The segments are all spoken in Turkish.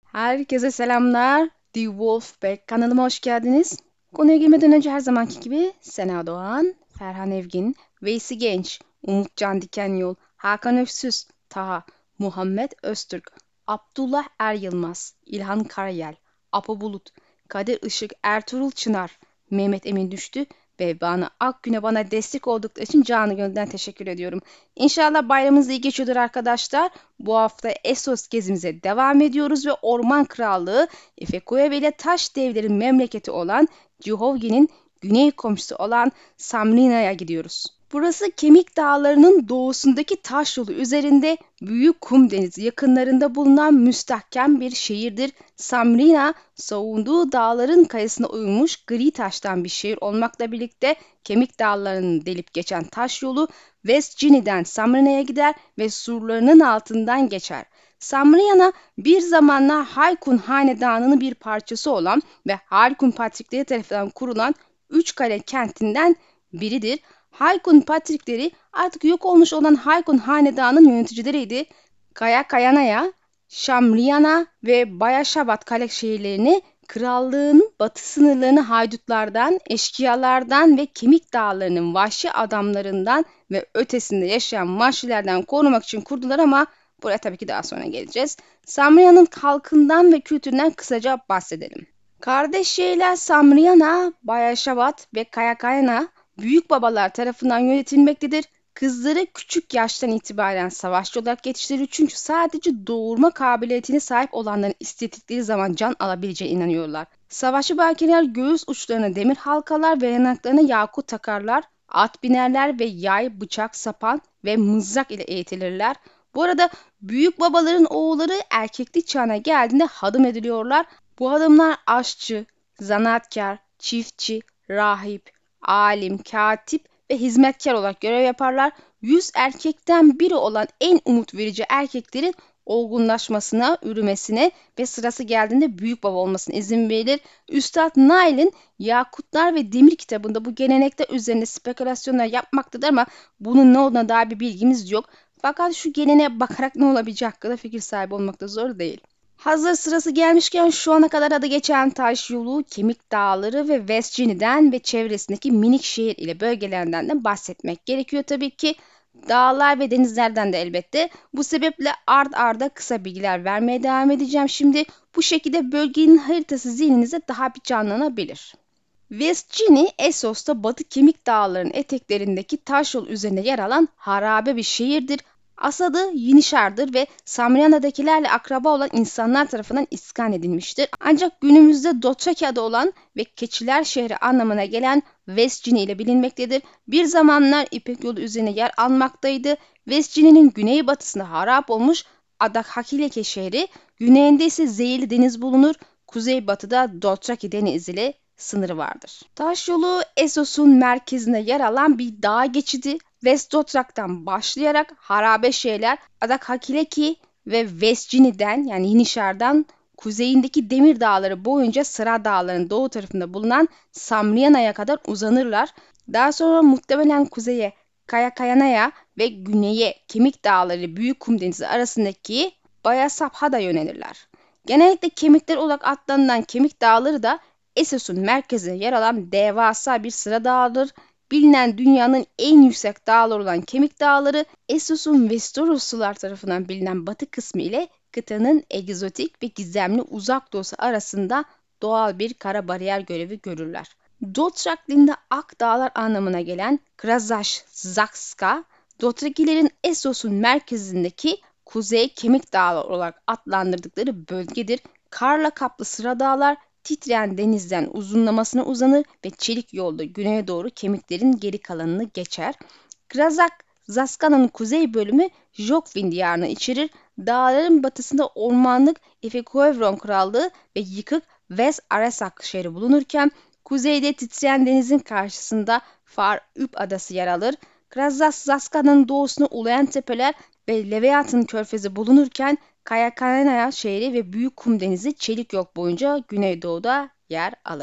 Herkese selamlar. The Wolfpack kanalıma hoş geldiniz. Konuya girmeden önce her zamanki gibi Sena Doğan, Ferhan Evgin, Veysi Genç, Umutcan Dikenyol, Hakan Öksüz, Taha, Muhammed Öztürk, Abdullah Er Yılmaz, İlhan Karayel, Apo Bulut, Kadir Işık, Ertuğrul Çınar, Mehmet Emin Düştü ve bana destek oldukları için canı gönülden teşekkür ediyorum. İnşallah bayramınız iyi geçiyordur arkadaşlar. Bu hafta Essos gezimize devam ediyoruz ve Orman Krallığı Efekueve ile taş devlerin memleketi olan Cihovgi'nin güney komşusu olan Samnina'ya gidiyoruz. Burası Kemik Dağları'nın doğusundaki taş yolu üzerinde Büyük Kum Denizi yakınlarında bulunan müstahkem bir şehirdir. Samrina, savunduğu dağların kayasına oyulmuş gri taştan bir şehir olmakla birlikte Kemik Dağları'nı delip geçen taş yolu West Gini'den Samrina'ya gider ve surlarının altından geçer. Samriana bir zamanlar Haykun Hanedanı'nın bir parçası olan ve Haykun Patrikleri tarafından kurulan Üçkale kentinden biridir. Haykun Patrikleri artık yok olmuş olan Haykun Hanedanı'nın yöneticileriydi. Kaya Kayanaya, Şamriyana ve Bayaşabat kale şehirlerini krallığın batı sınırlarını haydutlardan, eşkıyalardan ve Kemik Dağları'nın vahşi adamlarından ve ötesinde yaşayan vahşilerden korumak için kurdular ama buraya tabii ki daha sonra geleceğiz. Samriya'nın halkından ve kültüründen kısaca bahsedelim. Kardeş şehirler Samriyana, Bayaşabat ve Kayakayana büyük babalar tarafından yönetilmektedir. Kızları küçük yaştan itibaren savaşçı olarak yetiştirilir çünkü sadece doğurma kabiliyetine sahip olanların istedikleri zaman can alabileceğine inanıyorlar. Savaşçı bakireler göğüs uçlarına demir halkalar ve yanaklarına yakut takarlar, at binerler ve yay, bıçak, sapan ve mızrak ile eğitilirler. Bu arada büyük babaların oğulları erkeklik çağına geldiğinde hadım ediliyorlar. Bu adamlar aşçı, zanaatkar, çiftçi, rahip, alim, katip ve hizmetkar olarak görev yaparlar. 100 erkekten biri olan en umut verici erkeklerin olgunlaşmasına, ürümesine ve sırası geldiğinde büyük baba olmasına izin verilir. Üstad Nail'in Yakutlar ve Demir kitabında bu gelenekler üzerine spekülasyonlar yapmaktadır ama bunun ne olduğuna dair bir bilgimiz yok. Fakat şu geleneğe bakarak ne olabileceği hakkında fikir sahibi olmak da zor değil. Hazır sırası gelmişken şu ana kadar adı geçen taş yolu, Kemik Dağları ve West Gini'den ve çevresindeki minik şehir ile bölgelerinden de bahsetmek gerekiyor tabii ki. Dağlar ve denizlerden de elbette. Bu sebeple ard arda kısa bilgiler vermeye devam edeceğim şimdi. Bu şekilde bölgenin haritası zihninizde daha bir canlanabilir. West Gini, Essos'ta Batı Kemik Dağları'nın eteklerindeki taş yol üzerinde yer alan harabe bir şehirdir. Asadı Yinişar'dır ve Samriana'dakilerle akraba olan insanlar tarafından iskan edilmiştir. Ancak günümüzde Dothraki adı olan ve Keçiler şehri anlamına gelen West Gini ile bilinmektedir. Bir zamanlar İpek yolu üzerine yer almaktaydı. West Gini'nin güneybatısında harap olmuş Adakhakhileke şehri, güneyinde ise Zehirli Deniz bulunur. Kuzeybatıda Dothraki Denizi ile sınırı vardır. Taş yolu Essos'un merkezinde yer alan bir dağ geçidi. West Dothrak'tan başlayarak harabe şehirler Adakhakhileki ve West Gini'den yani Yinişar'dan kuzeyindeki Demir Dağları boyunca Sıra Dağları'nın doğu tarafında bulunan Samriana'ya kadar uzanırlar. Daha sonra muhtemelen kuzeye Kayakayana'ya ve güneye Kemik Dağları Büyük Kum Denizi arasındaki Bayasabha'da yönelirler. Genellikle kemikler olarak adlanılan Kemik Dağları da Essos'un merkezinde yer alan devasa bir sıra dağıdır. Bilinen dünyanın en yüksek dağları olan Kemik Dağları, Essos'un Westeros sular tarafından bilinen batı kısmı ile kıtanın egzotik ve gizemli uzak doğusu arasında doğal bir kara bariyer görevi görürler. Dothrak dilinde ak dağlar anlamına gelen Krazaş Zakska, Dothrakilerin Essos'un merkezindeki Kuzey Kemik Dağları olarak adlandırdıkları bölgedir. Karla kaplı sıra dağlar titreyen denizden uzunlamasına uzanır ve çelik yolda güneye doğru kemiklerin geri kalanını geçer. Krazak Zaska'nın kuzey bölümü Jokvin diyarını içerir. Dağların batısında ormanlık Efekuevron Krallığı ve yıkık West Aresak şehri bulunurken kuzeyde titreyen denizin karşısında Far Üp adası yer alır. Krazak Zaska'nın doğusunda ulayan tepeler ve Leviathan körfezi bulunurken Kayakanaya şehri ve Büyük Kum Denizi çelik yol boyunca güneydoğuda yer alır.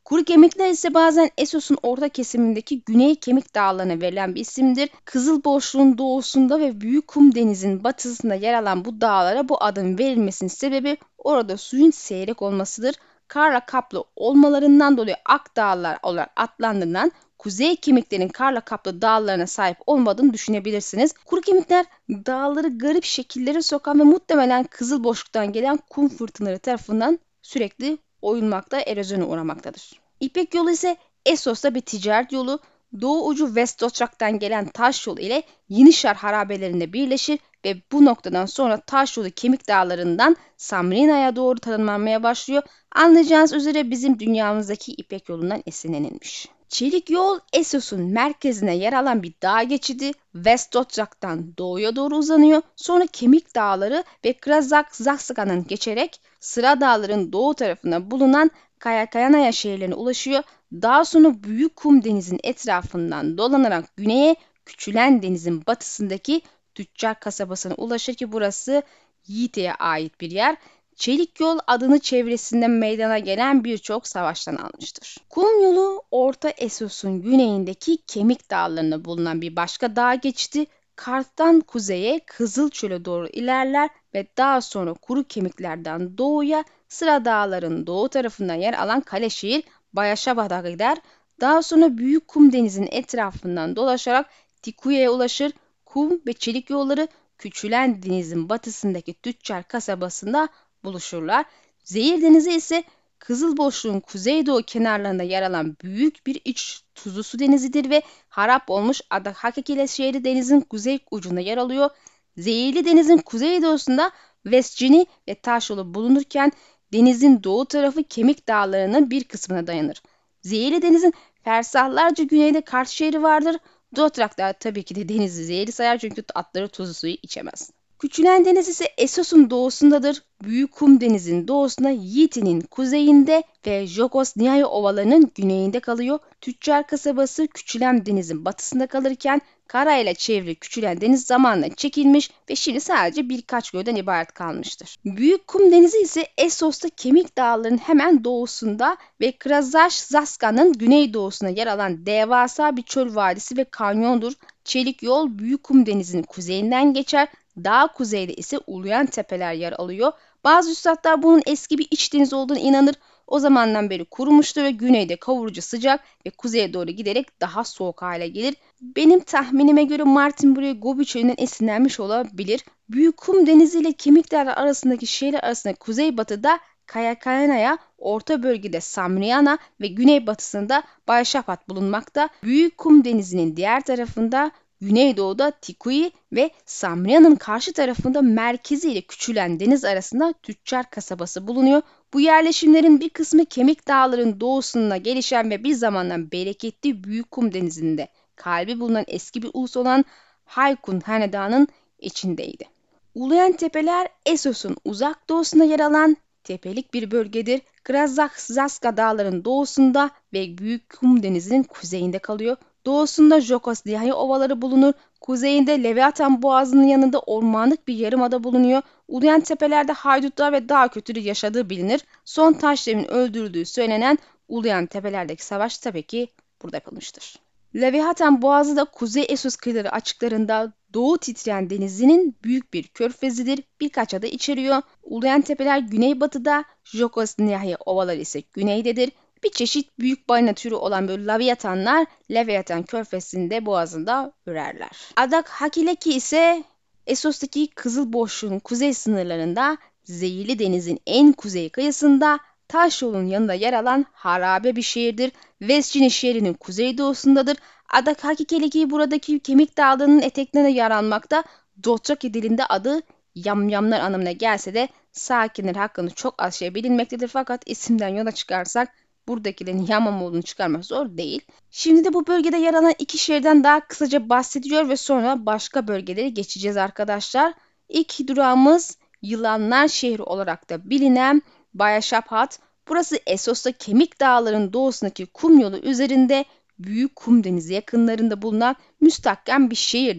Kuru kemikler ise bazen Essos'un orta kesimindeki Güney Kemik Dağları'na verilen bir isimdir. Kızıl Boşluğun doğusunda ve Büyük Kum Denizi'nin batısında yer alan bu dağlara bu adın verilmesinin sebebi orada suyun seyrek olmasıdır. Karla kaplı olmalarından dolayı Ak Dağlar olarak adlandırılan kuzey kemiklerin karla kaplı dağlarına sahip olmadığını düşünebilirsiniz. Kuru kemikler dağları garip şekillere sokan ve muhtemelen kızıl boşluktan gelen kum fırtınaları tarafından sürekli oyulmakta, erozyona uğramaktadır. İpek yolu ise Essos'ta bir ticaret yolu. Doğu ucu Westotrak'tan gelen taş yolu ile Yenişar harabelerinde birleşir ve bu noktadan sonra taş yolu Kemik Dağları'ndan Samrina'ya doğru tanımlanmaya başlıyor. Anlayacağınız üzere bizim dünyamızdaki İpek yolundan esinlenilmiş. Çelik yol Essos'un merkezine yer alan bir dağ geçidi. Westotrak'tan doğuya doğru uzanıyor. Sonra Kemik Dağları ve Krazak-Zakska'nın geçerek Sıra Dağları'nın doğu tarafında bulunan Kayakanaya şehirlerine ulaşıyor. Daha sonra Büyük Kum Denizi'nin etrafından dolanarak güneye Küçülen Deniz'in batısındaki Tüccar kasabasına ulaşır ki burası Yiğite'ye ait bir yer. Çelik yol adını çevresinde meydana gelen birçok savaştan almıştır. Kum yolu Orta Essos'un güneyindeki Kemik Dağları'nda bulunan bir başka dağ geçidi. Kart'tan kuzeye Kızılçöl'e doğru ilerler ve daha sonra Kuru Kemikler'den doğuya Sıra Dağları'nın doğu tarafından yer alan Kaleşehir Bayaşabad'a gider. Daha sonra Büyük Kum Denizi'nin etrafından dolaşarak Tikuya'ya ulaşır. Kum ve çelik yolları Küçülen Deniz'in batısındaki Tüccar kasabasında buluşurlar. Zehir Denizi ise Kızıl Boşluğun kuzeydoğu kenarlarında yer alan büyük bir iç tuzlu su denizidir ve harap olmuş Ada Hakekile şehri denizin kuzey ucunda yer alıyor. Zehirli Deniz'in kuzeydoğusunda Vescini ve Taşyolu bulunurken denizin doğu tarafı Kemik Dağları'nın bir kısmına dayanır. Zehirli Deniz'in fersahlarca güneyde Kars şehri vardır. Dotraklar tabii ki de denizi zehirli sayar çünkü atları tuzlu suyu içemez. Küçülen Deniz ise Essos'un doğusundadır. Büyük Kum Denizi'nin doğusunda Yiğiti'nin kuzeyinde ve Jogos Niaye ovalarının güneyinde kalıyor. Tüccar kasabası Küçülen Deniz'in batısında kalırken karayla çevrili Küçülen Deniz zamanla çekilmiş ve şimdi sadece birkaç gölden ibaret kalmıştır. Büyük Kum Denizi ise Essos'ta Kemik Dağları'nın hemen doğusunda ve Krazaj-Zaska'nın güneydoğusuna yer alan devasa bir çöl vadisi ve kanyondur. Çelik yol Büyük Kum Denizi'nin kuzeyinden geçer. Daha kuzeyde ise uluyan tepeler yer alıyor. Bazı üstadlar bunun eski bir iç deniz olduğunu inanır. O zamandan beri kurumuştur ve güneyde kavurucu sıcak ve kuzeye doğru giderek daha soğuk hale gelir. Benim tahminime göre Martin buraya Gobi çölünden esinlenmiş olabilir. Büyük Kum Denizi ile Kemikler arasındaki şehirler arasında kuzeybatıda Kayakanaya, orta bölgede Samriana ve güneybatısında Bayşapat bulunmakta. Büyük Kum Denizi'nin diğer tarafında güneydoğuda Tikui ve Samria'nın karşı tarafında merkezi ile Küçülen Deniz arasında Tüccar kasabası bulunuyor. Bu yerleşimlerin bir kısmı Kemik Dağları'nın doğusunda gelişen ve bir zamandan bereketli Büyük Kum Denizi'nde kalbi bulunan eski bir ulus olan Haykun Hanedanı'nın içindeydi. Uluyan Tepeler Essos'un uzak doğusunda yer alan tepelik bir bölgedir. Krazak-Zaska dağlarının doğusunda ve Büyük Kum Denizi'nin kuzeyinde kalıyor. Doğusunda Jogos Niaye ovaları bulunur. Kuzeyinde Leviathan Boğazı'nın yanında ormanlık bir yarımada bulunuyor. Uluyan Tepeler'de haydutlar ve dağ kötülüğü yaşadığı bilinir. Son Taşdem'in öldürüldüğü söylenen Uluyan Tepeler'deki savaş tabii ki burada yapılmıştır. Leviathan Boğazı da Kuzey Essos kıyıları açıklarında Doğu Titreyen Denizi'nin büyük bir körfezidir. Birkaç ada içeriyor. Uluyan Tepeler güneybatıda, Jogos Niaye ovaları ise güneydedir. Bir çeşit büyük balina türü olan böyle Leviathanlar Leviathan körfezinde boğazında ürerler. Adak Hakileki ise Essos'taki Kızıl Boşluğun kuzey sınırlarında Zehirli Deniz'in en kuzey kıyısında taş yolun yanında yer alan harabe bir şehirdir. Vescini şehrinin kuzeydoğusundadır. Adak Hakikeleki buradaki Kemik Dağları'nın eteklerine yer almakta. Dothraki dilinde adı yamyamlar anlamına gelse de sakinler hakkında çok az şey bilinmektedir. Fakat isimden yola çıkarsak buradakilerin Yamam olduğunu çıkarmak zor değil. Şimdi de bu bölgede yer alan iki şehirden daha kısaca bahsediyor ve sonra başka bölgelere geçeceğiz arkadaşlar. İlk durağımız Yılanlar şehri olarak da bilinen Bayashaphat. Burası Essos'ta Kemik Dağları'nın doğusundaki kum yolu üzerinde Büyük Kum Denizi yakınlarında bulunan müstahkem bir şehirdir.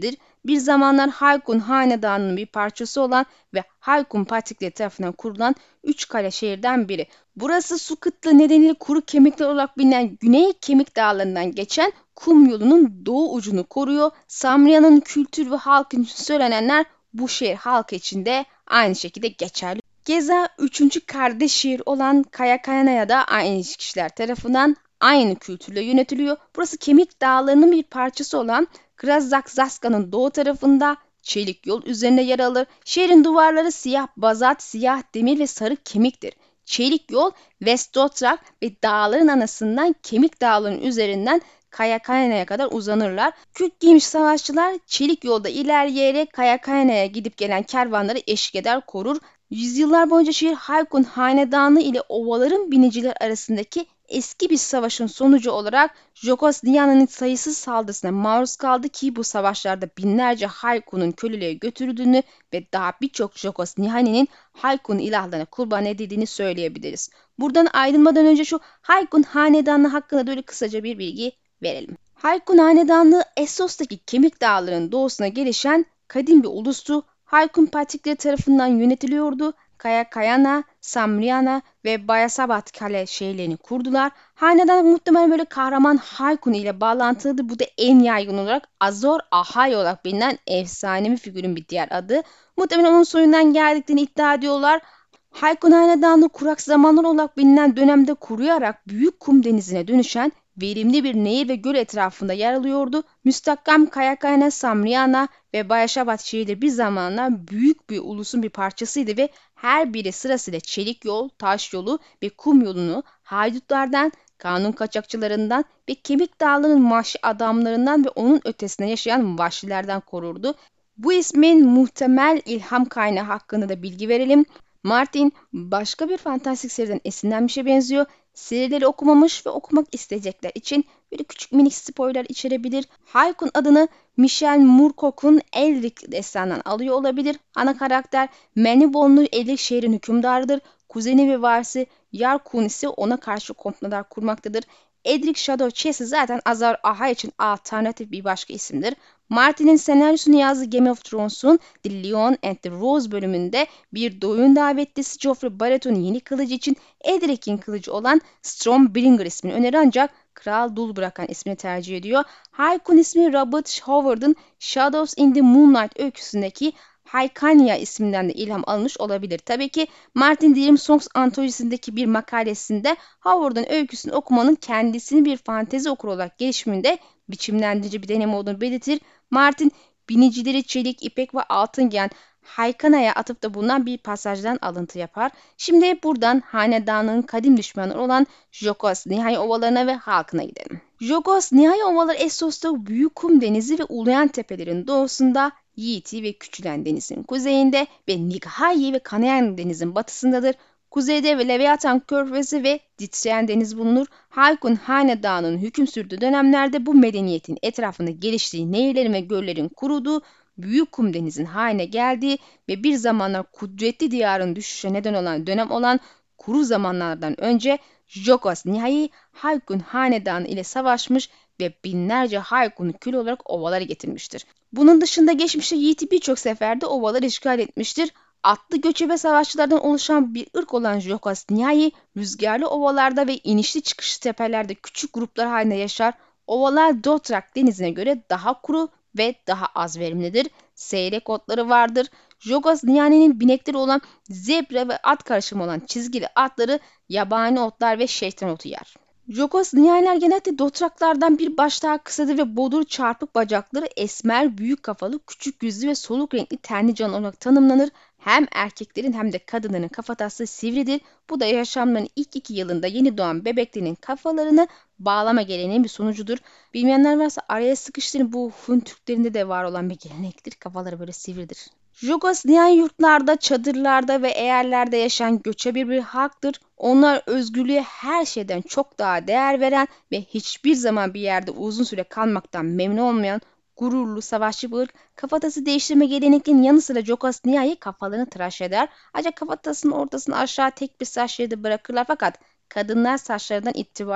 Bir zamanlar Haykun hanedanının bir parçası olan ve Haykun Patrikleri tarafından kurulan 3 kale şehirden biri. Burası su kıtlığı nedeniyle kuru kemikler olarak bilinen Güney Kemik Dağları'ndan geçen kum yolunun doğu ucunu koruyor. Samria'nın kültür ve halkı için söylenenler bu şehir halkı için de aynı şekilde geçerli. Keza 3. kardeş şehir olan Kayakanaya da aynı kişiler tarafından aynı kültürle yönetiliyor. Burası Kemik Dağları'nın bir parçası olan Krazakzaska'nın doğu tarafında çelik yol üzerinde yer alır. Şehrin duvarları siyah bazalt, siyah demir ve sarı kemiktir. Çelik yol Vestotrak ve dağların anasından Kemik Dağları'nın üzerinden Kayakana'ya kadar uzanırlar. Kürk giymiş savaşçılar çelik yolda ilerleyerek Kayakana'ya gidip gelen kervanları eşlik eder, korur. Yüzyıllar boyunca şehir Haykun hanedanı ile ovaların biniciler arasındaki eski bir savaşın sonucu olarak Jogos Nihan'ın sayısız saldırısına maruz kaldı ki bu savaşlarda binlerce Haykun'un köleliğe götürüldüğünü ve daha birçok Jogos Nihan'ın Haykun ilahlarına kurban edildiğini söyleyebiliriz. Buradan ayrılmadan önce şu Haykun hanedanı hakkında da öyle kısaca bir bilgi verelim. Haykun hanedanlığı Essos'taki Kemik Dağları'nın doğusuna gelişen kadim bir ulustu. Haykun Patrikleri tarafından yönetiliyordu. Kayakayana, Samriana ve Bayasabat kale şehirlerini kurdular. Hanedan muhtemelen böyle kahraman Haykun ile bağlantılıdır. Bu da en yaygın olarak Azor Ahai olarak bilinen efsanevi figürün bir diğer adı. Muhtemelen onun soyundan geldiklerini iddia ediyorlar. Haykun Hanedanı kurak zamanlar olarak bilinen dönemde kuruyarak Büyük Kum Denizi'ne dönüşen verimli bir nehir ve göl etrafında yer alıyordu. Müstakam Kayakayana, Samriana ve Bayaşabat şehirleri bir zamanlar büyük bir ulusun bir parçasıydı ve her biri sırasıyla çelik yol, taş yolu ve kum yolunu haydutlardan, kanun kaçakçılarından ve Kemik Dağları'nın vahşi adamlarından ve onun ötesinde yaşayan vahşilerden korurdu. Bu ismin muhtemel ilham kaynağı hakkında da bilgi verelim. Martin başka bir fantastik seriden esinlenmişe benziyor. Serileri okumamış ve okumak isteyecekler için böyle küçük minik spoiler içerebilir. Haykun adını Michel Moorcock'un Elric destanından alıyor olabilir. Ana karakter Menibonlu Elric şehrin hükümdarıdır. Kuzeni ve varisi Yarkun ise ona karşı komplolar kurmaktadır. Edric Shadow Chase zaten Azar Ahai için alternatif bir başka isimdir. Martin'in senaryosunu yazdığı Game of Thrones'un The Lion and the Rose bölümünde bir doğuyun davetlisi Joffrey Baratheon'un yeni kılıcı için Edric'in kılıcı olan Stormbringer ismini önerir ancak Kral Dul bırakan ismini tercih ediyor. Haykun ismi Robert Howard'ın Shadows in the Moonlight öyküsündeki Haykanya isminden de ilham alınmış olabilir. Tabii ki Martin Dream Songs antolojisindeki bir makalesinde Howard'ın öyküsünü okumanın kendisini bir fantezi okuru olarak gelişiminde biçimlendirici bir deneyim olduğunu belirtir. Martin binicileri çelik, ipek ve altın giyen Haykana'ya atıfta bulunan bir pasajdan alıntı yapar. Şimdi buradan hanedanlığın kadim düşmanı olan Jogos Nihai ovalarına ve halkına gidelim. Jogos Nihai ovaları Essos'ta Büyük Kum Denizi ve uluyan tepelerin doğusunda, Yiğiti ve Küçülen Deniz'in kuzeyinde ve Nighayi ve Kanayan Deniz'in batısındadır. Kuzeyde ve Leviathan Körfezi ve Titreyen Deniz bulunur. Haykun Hanedanı'nın hüküm sürdüğü dönemlerde bu medeniyetin etrafında geliştiği nehirlerin ve göllerin kuruduğu, Büyük Kum Denizi'nin haline geldiği ve bir zamanlar kudretli diyarın düşüşe neden olan dönem olan kuru zamanlardan önce Jogos Nihai Haykun Hanedanı ile savaşmış ve binlerce Haykun'u kül olarak ovalara getirmiştir. Bunun dışında geçmişte Yiğit'i birçok seferde ovaları işgal etmiştir. Atlı göçebe savaşçılardan oluşan bir ırk olan Jogos Nihai, rüzgarlı ovalarda ve inişli çıkışlı tepelerde küçük gruplar halinde yaşar. Ovalar Dothraki denizine göre daha kuru ve daha az verimlidir. Seyrek otları vardır. Jogos Nihai'nin binekleri olan zebra ve at karışımı olan çizgili atları yabani otlar ve şeytan otu yer. Jogos Nihai'ler genelde Dothraklardan bir baş daha kısadır ve bodur çarpık bacakları esmer, büyük kafalı, küçük yüzlü ve soluk renkli tenli canlı olarak tanımlanır. Hem erkeklerin hem de kadınların kafatası sivridir. Bu da yaşamlarının ilk 2 yılında yeni doğan bebeklerin kafalarını bağlama geleneğinin bir sonucudur. Bilmeyenler varsa araya sıkıştırın, bu Hun Türklerinde de var olan bir gelenektir. Kafaları böyle sivridir. Jogos Nihai yurtlarda, çadırlarda ve eğerlerde yaşayan göçebe bir halktır. Onlar özgürlüğe her şeyden çok daha değer veren ve hiçbir zaman bir yerde uzun süre kalmaktan memnun olmayan gururlu savaşçı bir ırk. Kafatası değiştirme geleneklerinin yanı sıra Jogos Nihai kafalarını tıraş eder. Ancak kafatasının ortasını aşağı tek bir saç şeridi bırakırlar, fakat kadınlar saçlarından itibaren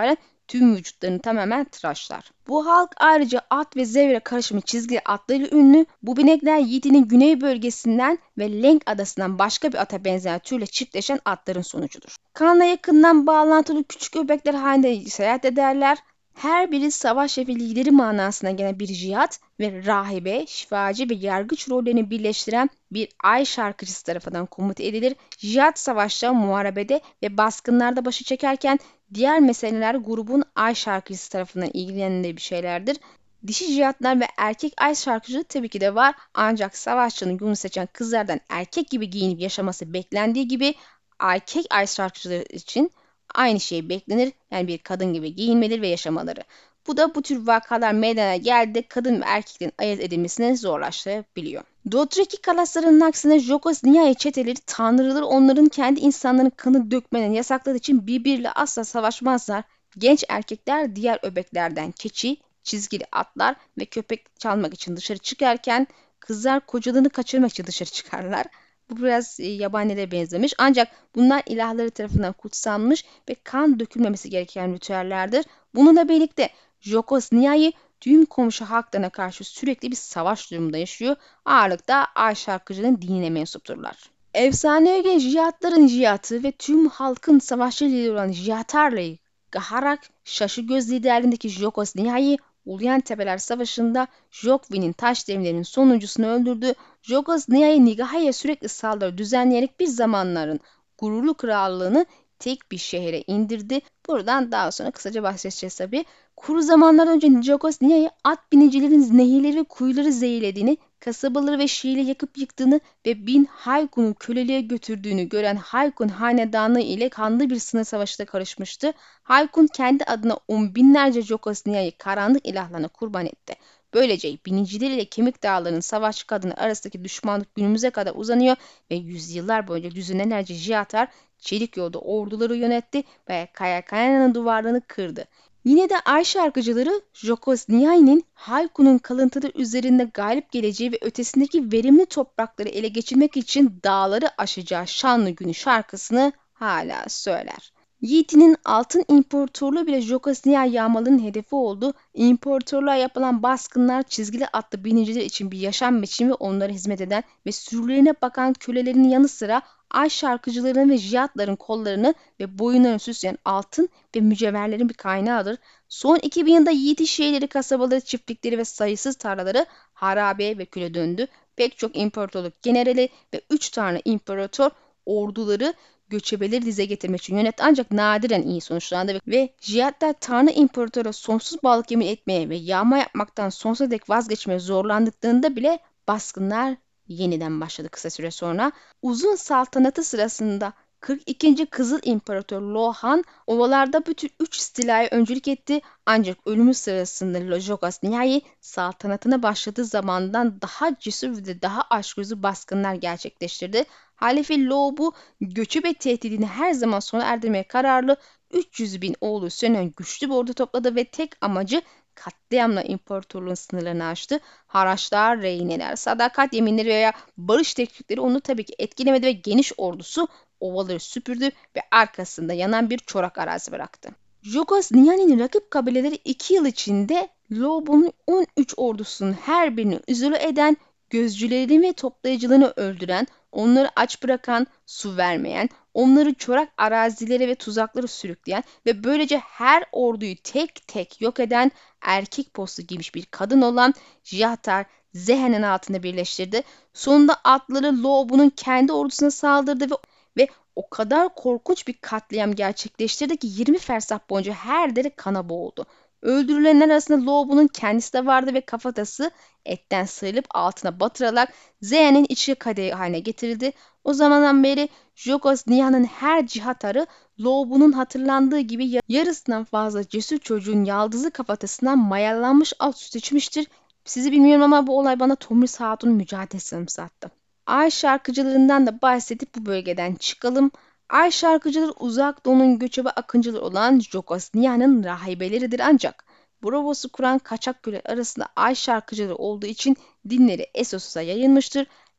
tüm vücutlarını tamamen tıraşlar. Bu halk ayrıca at ve zebra karışımı çizgili atlarıyla ünlü. Bu binekler Yiğit'in güney bölgesinden ve Lenk adasından başka bir ata benzeyen türle çiftleşen atların sonucudur. Kanla yakından bağlantılı küçük öbekler halinde seyahat ederler. Her biri savaş ve lideri manasına gelen bir cihat ve rahibe, şifacı ve yargıç rollerini birleştiren bir ay şarkıcısı tarafından komuta edilir. Cihat savaşta, muharebede ve baskınlarda başı çekerken diğer meseleler grubun ay şarkıcısı tarafından ilgilendiği bir şeylerdir. Dişi cihatlar ve erkek ay şarkıcılığı tabii ki de var. Ancak savaşçının yolunu seçen kızlardan erkek gibi giyinip yaşaması beklendiği gibi erkek ay şarkıcıları için aynı şey beklenir. Yani bir kadın gibi giyinmeleri ve yaşamaları. Bu da bu tür vakalar meydana geldiğinde kadın ve erkeklerin ayırt edilmesini zorlaştırabiliyor. Dothraki kalaslarının aksine Jogos nihai çeteleri tanrıları onların kendi insanların kanı dökmeden yasakladığı için birbiriyle asla savaşmazlar. Genç erkekler diğer öbeklerden keçi, çizgili atlar ve köpek çalmak için dışarı çıkarken kızlar kocalarını kaçırmak için dışarı çıkarlar. Bu biraz yabanilere benzemiş. Ancak bunlar ilahları tarafından kutsanmış ve kan dökülmemesi gereken ritüellerdir. Bununla birlikte Jogos nihai tüm komşu halklarına karşı sürekli bir savaş durumunda yaşıyor. Ağırlıkta ay şarkıcının dinine mensupturlar. Efsaneye göre Jiyatların Jiyatı ve tüm halkın savaşçı lideri olan Jiyatarlı Gaharak, Şaşı Göz liderliğindeki Jogos nihai Uluyan Tepeler Savaşı'nda Jokvi'nin taş devlerinin sonuncusunu öldürdü. Jogos nihai Nigaha'ya sürekli saldırı düzenleyerek bir zamanların gururlu krallığını tek bir şehre indirdi. Buradan daha sonra kısaca bahsedeceğiz tabi. Kuru zamanlar önce Jogos nihai at binicilerin nehirleri ve kuyuları zehirlediğini, kasabaları ve şehirleri yakıp yıktığını ve 1000 Haykun'u köleliğe götürdüğünü gören Haykun hanedanı ile kanlı bir sınır savaşına karışmıştı. Haykun kendi adına on binlerce Jogos nihai karanlık ilahlarına kurban etti. Böylece biniciler ile Kemik Dağları'nın savaşçı kadını arasındaki düşmanlık günümüze kadar uzanıyor ve yüzyıllar boyunca düzinelerce Jiyatar çelik yolda orduları yönetti ve Kayakana'nın duvarlarını kırdı. Yine de ay şarkıcıları Jogos Nihai'nin Hayku'nun kalıntıları üzerinde galip geleceği ve ötesindeki verimli toprakları ele geçirmek için dağları aşacağı şanlı günü şarkısını hala söyler. Yiğit'in altın imparatorluğu bile Jogos Nihai yağmalarının hedefi oldu. İmparatorluğa yapılan baskınlar çizgili atlı biniciler için bir yaşam biçimi onlara hizmet eden ve sürülerine bakan kölelerin yanı sıra ay şarkıcıların ve jiyatların kollarını ve boyunlarını süsleyen altın ve mücevherlerin bir kaynağıdır. Son 2000 yılında Yiğit şehirleri, kasabaları, çiftlikleri ve sayısız tarlaları harabeye ve küle döndü. Pek çok imparatorluk generali ve 3 tane imparator orduları göçebeleri dize getirmek için yönetti ancak nadiren iyi sonuçlandı ve Jiyatlar Tanrı İmparatoru sonsuz bağlılık yemin etmeye ve yağma yapmaktan sonsuza dek vazgeçmeye zorlandıklarında bile baskınlar yeniden başladı kısa süre sonra. Uzun saltanatı sırasında 42. Kızıl İmparator Lohan ovalarda bütün 3 istilaya öncülük etti ancak ölümü sırasında Jogos nihai saltanatına başladığı zamandan daha cesur ve daha açgözlü baskınlar gerçekleştirdi. Halife Lo bu göçebe tehdidini her zaman sona erdirmeye kararlı 300 bin oğlu sönen güçlü bir ordu topladı ve tek amacı katliamla imparatorluğun sınırlarını aştı. Haraçlar, rehineler, sadakat yeminleri veya barış teklifleri onu tabii ki etkilemedi ve geniş ordusu ovaları süpürdü ve arkasında yanan bir çorak arazi bıraktı. Jogos Nihai'nin rakip kabileleri 2 yıl içinde Lobo'nun 13 ordusunun her birini izole eden, gözcülerini ve toplayıcılarını öldüren, onları aç bırakan, su vermeyen, onları çorak arazilere ve tuzaklara sürükleyen ve böylece her orduyu tek tek yok eden erkek postu giymiş bir kadın olan Jiyatar Zehen'in altında birleştirdi. Sonunda atları Lobo'nun kendi ordusuna saldırdı ve o kadar korkunç bir katliam gerçekleştirdi ki 20 fersah boyunca her deri kana boğuldu. Öldürülenler arasında Lobo'nun kendisi de vardı ve kafatası etten sıyrılıp altına batırılarak Zeyn'in içi kadehi haline getirildi. O zamandan beri Jogos Nihai'nin her cihatarı Lobo'nun hatırlandığı gibi yarısından fazla cesur çocuğun yaldızlı kafatasından mayalanmış alt süt içmiştir. Sizi bilmiyorum ama bu olay bana Tomris Hatun'un mücadelesini anımsattı. Ay şarkıcılarından da bahsedip bu bölgeden çıkalım. Ay şarkıcıları uzak doğunun göçebe akıncıları olan Jogos Nihai'nin rahibeleridir ancak Bravos'u kuran kaçak köle arasında ay şarkıcıları olduğu için dinleri Essos'a yayılmıştır.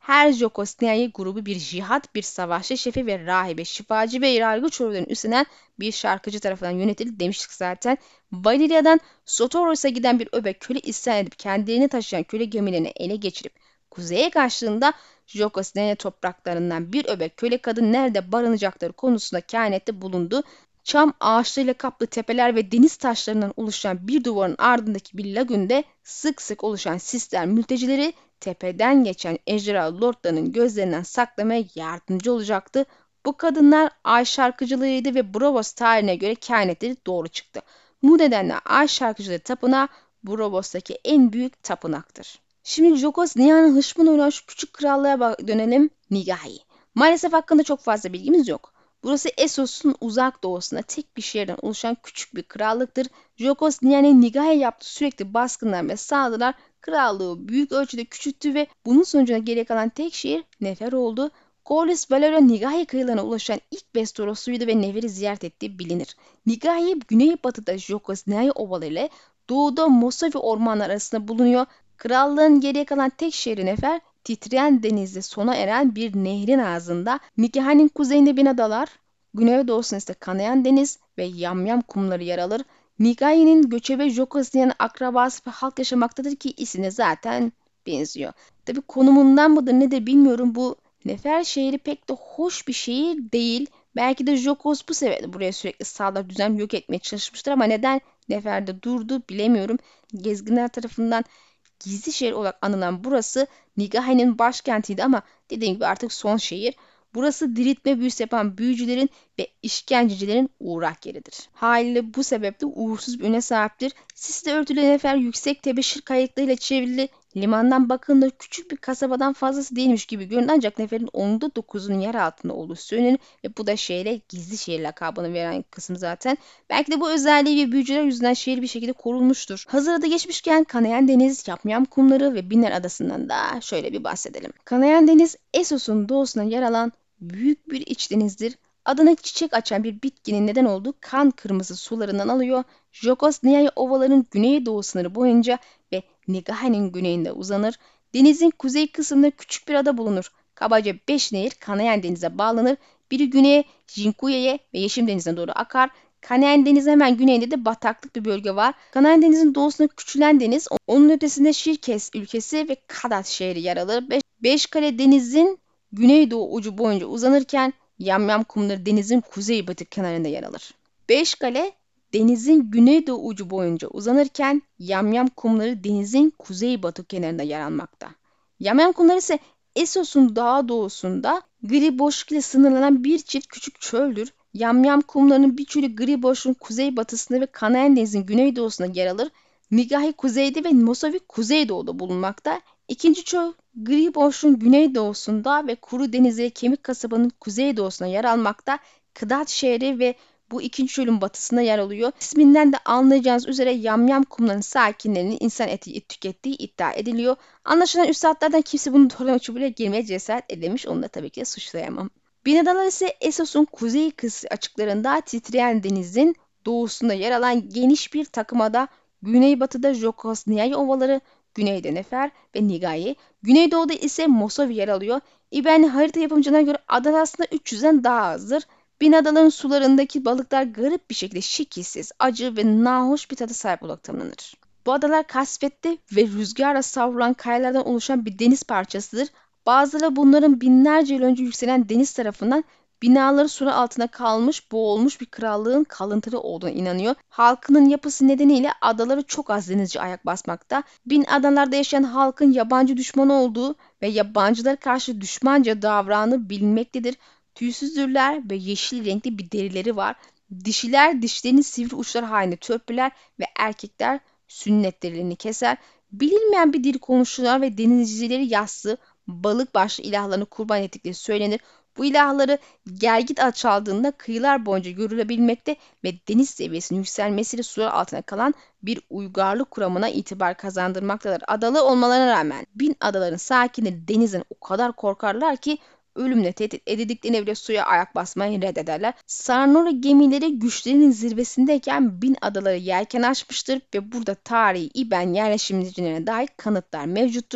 her Jokos Niai grubu bir cihat, bir savaşçı şefi ve rahibe, şifacı ve yargıç rollerini üstlenen bir şarkıcı tarafından yönetildi demiştik zaten. Valilya'dan Sotoros'a giden bir öbek köle isyan edip kendilerini taşıyan köle gemilerini ele geçirip kuzeye kaçtığında Jokos Niai topraklarından bir öbek köle kadın nerede barınacakları konusunda kehanette bulundu. Çam ağaçlarıyla kaplı tepeler ve deniz taşlarından oluşan bir duvarın ardındaki bir lagünde sık sık oluşan sisler mültecileri tepeden geçen ejderha lordlarının gözlerinden saklamaya yardımcı olacaktı. Bu kadınlar ay şarkıcılarıydı ve Bravos tarihine göre kehanetleri doğru çıktı. Bu nedenle ay şarkıcıları tapınağı Bravos'taki en büyük tapınaktır. Şimdi Jokos Nia'nın hışmına olan şu küçük krallığa dönelim, Nigahi. Maalesef hakkında çok fazla bilgimiz yok. Burası Essos'un uzak doğusunda tek bir şehirden oluşan küçük bir krallıktır. Jokos Nia'nın Nigahi'ye yaptığı sürekli baskınlar ve saldırılar krallığı büyük ölçüde küçülttü ve bunun sonucunda geriye kalan tek şehir Nefer oldu. Corlys Valoria Nigahi kıyılarına ulaşan ilk Westeros'uydu ve Nefer'i ziyaret ettiği bilinir. Nigahi güneybatıda Jokos Niai ovaları ile doğuda Mosavi ormanlar arasında bulunuyor. Krallığın geriye kalan tek şehri Nefer, titreyen denizde sona eren bir nehrin ağzında. Nigahi'nin kuzeyinde bin adalar, güneydoğusunda ise kanayan deniz ve yamyam kumları yer alır. Nigahi'nin göçebe Jokosnia'nın akrabası ve halk yaşamaktadır ki isine zaten benziyor. Tabi konumundan mıdır nedir bilmiyorum, bu Nefer şehri pek de hoş bir şehir değil. Belki de Jokos bu sebeple buraya sürekli saldırı düzen yok etmeye çalışmıştır ama neden Nefer'de durdu bilemiyorum. Gezginler tarafından gizli şehir olarak anılan burası Nigahi'nin başkentiydi ama dediğim gibi artık son şehir. Burası diriltme büyüsü yapan büyücülerin ve işkencecilerin uğrak yeridir. Haliyle bu sebeple uğursuz bir üne sahiptir. Sisle örtülü Nefer yüksek tebeşir kayıklarıyla çevrili, limandan bakıldığında küçük bir kasabadan fazlası değilmiş gibi görünür ancak Nefer'in onda 9'unun yer altında olduğu söylenir ve bu da şehre gizli şehir lakabını veren kısım zaten. Belki de bu özelliği ve büyücüler yüzünden şehir bir şekilde korunmuştur. Hazır adı geçmişken kanayan deniz, yamyam kumları ve Binler Adası'ndan da şöyle bir bahsedelim. Kanayan deniz Essos'un doğusuna yer alan büyük bir iç denizdir. Adına çiçek açan bir bitkinin neden olduğu kan kırmızı sularından alıyor. Jokos Niai ovaların güneydoğu sınırı boyunca ve Nigahi'nin güneyinde uzanır. Denizin kuzey kısmında küçük bir ada bulunur. Kabaca 5 nehir Kanayan Denizi'ne bağlanır. Biri güneye Jinkuye'ye ve Yeşim Denizi'ne doğru akar. Kanayan Denizi hemen güneyinde de bataklık bir bölge var. Kanayan Denizi'nin doğusunda küçülen deniz, onun ötesinde Şirkes ülkesi ve Kadat şehri yer alır. Beşkale denizin güneydoğu ucu boyunca uzanırken Yamyam kumları denizin kuzeybatı kenarında yer alır. Beşkale denizin güneydoğu ucu boyunca uzanırken Yamyam kumları denizin kuzeybatı kenarında yer almakta. Yamyam kumları ise Essos'un daha doğusunda gri boşluk ile sınırlanan bir çift küçük çöldür. Yamyam kumlarının bir çölü gri boşluğun kuzeybatısında ve Kanayan Denizi'nin güneydoğusunda yer alır. Nigahi kuzeyde ve Mosavi kuzeydoğuda bulunmakta. İkinci çöl gri boşluğun güneydoğusunda ve Kuru Denizi ve Kemik Kasaba'nın kuzeydoğusuna yer almakta. Kıdat şehri ve bu ikinci çölün batısında yer alıyor. İsminden de anlayacağınız üzere yamyam kumlarının sakinlerinin insan eti tükettiği iddia ediliyor. Anlaşılan üstadlardan kimse bunu doğrulama çubuğuyla girmeye cesaret edemiş. Onu da tabii ki suçlayamam. Binadalar ise Essos'un kuzey kısmı açıklarında titreyen denizin doğusunda yer alan geniş bir takımada, güneybatıda Jokos Niai ovaları, güneyde Nefer ve Nigahi, güneydoğuda ise Mosavi yer alıyor. İBN harita yapımcılarına göre adalar aslında 300'den daha azdır. Bin adaların sularındaki balıklar garip bir şekilde şekilsiz, acı ve nahoş bir tadı sahip olarak tanımlanır. Bu adalar kasvetli ve rüzgarla savrulan kayalardan oluşan bir deniz parçasıdır. Bazıları bunların binlerce yıl önce yükselen deniz tarafından binaları su altında kalmış, boğulmuş bir krallığın kalıntıları olduğuna inanıyor. Halkının yapısı nedeniyle adaları çok az denizci ayak basmakta. Bin adalarda yaşayan halkın yabancı düşmanı olduğu ve yabancılara karşı düşmanca davranı bilinmektedir. Tüysüzdürler ve yeşil renkli bir derileri var. Dişiler dişlerini sivri uçlar halinde törpüler ve erkekler sünnet derilerini keser. Bilinmeyen bir dil konuşurlar ve denizcileri yassı, balık başlı ilahlarını kurban ettikleri söylenir. Bu ilahları gergit çaldığında kıyılar boyunca görülebilmekte ve deniz seviyesinin yükselmesiyle sular altına kalan bir uygarlık kuramına itibar kazandırmaktadır. Adalı olmalarına rağmen bin adaların sakinleri denizden o kadar korkarlar ki ölümle tehdit edildiklerine bile suya ayak basmayı reddederler. Sarnora gemileri güçlerinin zirvesindeyken bin adaları yelken açmıştır ve burada tarihi İben yerleşimcilerine dair kanıtlar mevcuttur.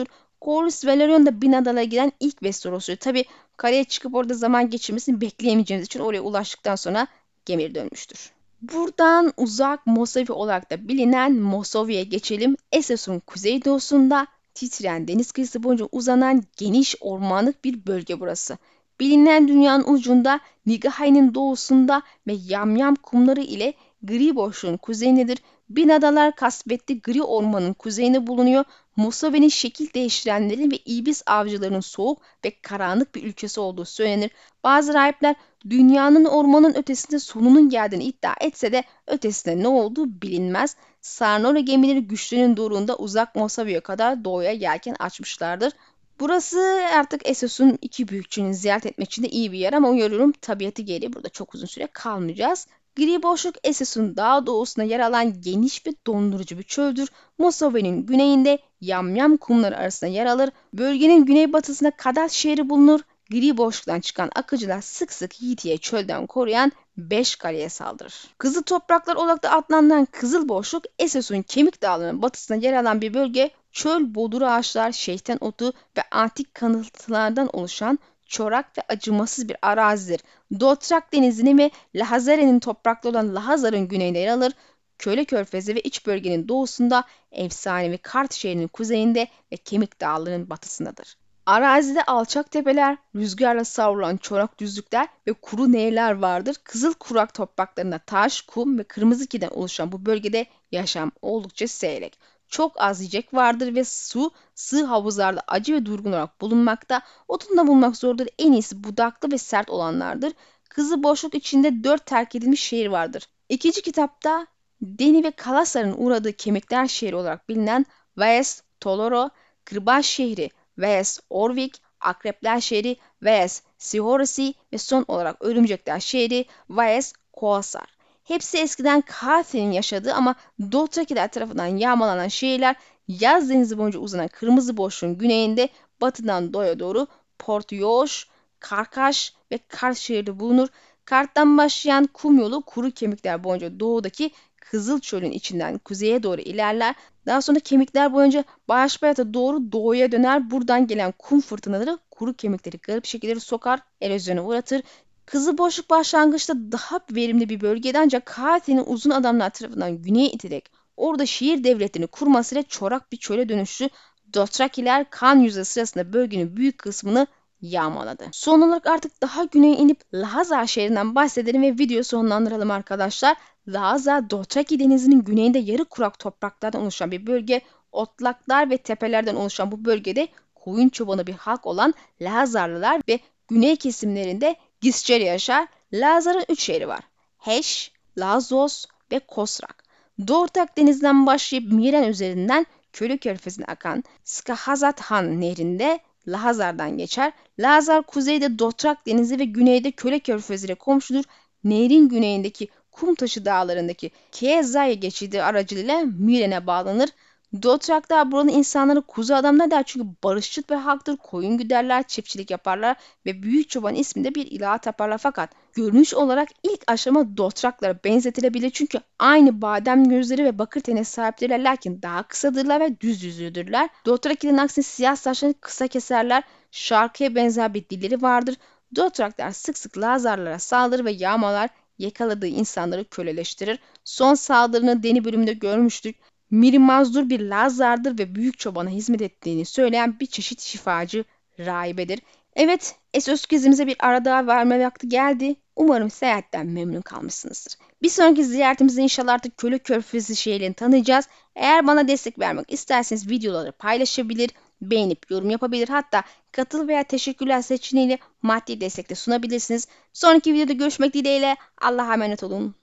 Corlys Velaryon da Bin Adalara giden ilk Westeros'u. Tabi karaya çıkıp orada zaman geçirmesini bekleyemeyeceğimiz için oraya ulaştıktan sonra geri dönmüştür. Buradan uzak Mosavi olarak da bilinen Mosavi'ye geçelim. Essos'un kuzeydoğusunda titreyen deniz kıyısı boyunca uzanan geniş ormanlık bir bölge burası. Bilinen dünyanın ucunda Nigahay'ın doğusunda ve yamyam kumları ile gri boşluğun kuzeyindedir. Bin adalar kasvetli gri ormanın kuzeyinde bulunuyor. Mosavi'nin şekil değiştirenlerin ve ibis avcılarının soğuk ve karanlık bir ülkesi olduğu söylenir. Bazı rahipler dünyanın ormanın ötesinde sonunun geldiğini iddia etse de ötesinde ne olduğu bilinmez. Sarnora gemileri güçlerinin doğruluğunda uzak Mosavi'ye kadar doğuya yelken açmışlardır. Burası artık Essos'un iki büyükçünü ziyaret etmek için de iyi bir yer ama uyarıyorum tabiatı gereği burada çok uzun süre kalmayacağız. Gri boşluk Essos'un daha doğusuna yer alan geniş ve dondurucu bir çöldür. Mosavi'nin güneyinde yamyam kumları arasında yer alır. Bölgenin güneybatısında Kadat şehri bulunur. Gri boşluktan çıkan akıcılar sık sık Yiğit'i çölden koruyan 5 kaleye saldırır. Kızıl topraklar olarak da adlandırılan kızıl boşluk Essos'un kemik dağlarının batısında yer alan bir bölge. Çöl, bodur ağaçlar, şeytan otu ve antik kanıtlardan oluşan çorak ve acımasız bir arazidir. Dotrak denizinin ve Lahazare'nin toprakları olan Lahazar'ın güneyinde yer alır. Köle Körfezi ve iç bölgenin doğusunda, efsanevi Kart şehrinin kuzeyinde ve Kemik Dağları'nın batısındadır. Arazide alçak tepeler, rüzgarla savrulan çorak düzlükler ve kuru nehirler vardır. Kızıl kurak topraklarında taş, kum ve kırmızı kiden oluşan bu bölgede yaşam oldukça seyrek. Çok az yiyecek vardır ve su, sığ havuzlarda acı ve durgun olarak bulunmakta. Otunu da bulmak zordur. En iyisi budaklı ve sert olanlardır. Kızıl boşluk içinde 4 terk edilmiş şehir vardır. İkinci kitapta Deni ve Kalasar'ın uğradığı kemikler şehri olarak bilinen Vaes, Toloro, Kırbaç şehri, Vaes Orvik, Akrepler şehri, Vaes Sihorisi ve son olarak Örümcekler şehri Vaes Koasar. Hepsi eskiden Kathe'nin yaşadığı ama Dothrakiler tarafından yağmalanan şehirler yaz denizi boyunca uzanan kırmızı boşluğun güneyinde batıdan doğuya doğru Port Yoş, Karkaş ve Kart şehri bulunur. Kart'tan başlayan kum yolu kuru kemikler boyunca doğudaki Kızıl Çöl'ün içinden kuzeye doğru ilerler. Daha sonra kemikler boyunca Başbayat'a doğru doğuya döner. Buradan gelen kum fırtınaları kuru kemikleri garip şekilleri sokar, erozyona uğratır. Kızıl boşluk başlangıçta daha verimli bir bölgeydi ancak Kaati'nin uzun adamlar tarafından güneye itilerek orada şehir devletini kurmasıyla çorak bir çöle dönüştü. Dothrakiler kan yüzü sırasında bölgenin büyük kısmını yağmaladı. Son olarak artık daha güneye inip Lhasa şehrinden bahsedelim ve videoyu sonlandıralım arkadaşlar. Lhasa, Dothraki denizinin güneyinde yarı kurak topraklardan oluşan bir bölge. Otlaklar ve tepelerden oluşan bu bölgede koyun çobanı bir halk olan Lhazarlılar ve güney kesimlerinde Gisçer yaşar. Lhasar'ın 3 şehri var. Heş, Lazos ve Kosrak. Doğu Denizi'nden başlayıp Miren üzerinden Köle Körfezi'ne akan Skahazat Han nehrinde Lhazar'dan geçer. Lhazar kuzeyde Dothrak Denizi ve güneyde Köle Körfezi ile komşudur. Nehrin güneyindeki Kumtaşı dağlarındaki Keezzai geçidi aracılığıyla Miren'e bağlanır. Dothraklar buranın insanları kuzu adamlar der çünkü barışçıl bir halktır. Koyun güderler, çiftçilik yaparlar ve büyük çoban isminde bir ilaha taparlar fakat görünüş olarak ilk aşama Dothraklara benzetilebilir çünkü aynı badem gözleri ve bakır tene sahiptirler lakin daha kısadırlar ve düz yüzlüdürler. Dothrakilerin aksine siyah saçlarını kısa keserler, şarkıya benzer bir dilleri vardır. Dothraklar sık sık Lazarlara saldırır ve yağmalar, yakaladığı insanları köleleştirir. Son saldırını Deni bölümünde görmüştük. Miri mazdur bir Lazar'dır ve büyük çobana hizmet ettiğini söyleyen bir çeşit şifacı rahibedir. Evet, Essos gezimize bir ara daha verme vakti geldi. Umarım seyahatten memnun kalmışsınızdır. Bir sonraki ziyaretimizde inşallah artık Köle Körfezi şehirlerini tanıyacağız. Eğer bana destek vermek isterseniz videoları paylaşabilir, beğenip yorum yapabilir. Hatta katıl veya teşekkürler seçeneğiyle maddi destek de sunabilirsiniz. Sonraki videoda görüşmek dileğiyle. Allah'a emanet olun.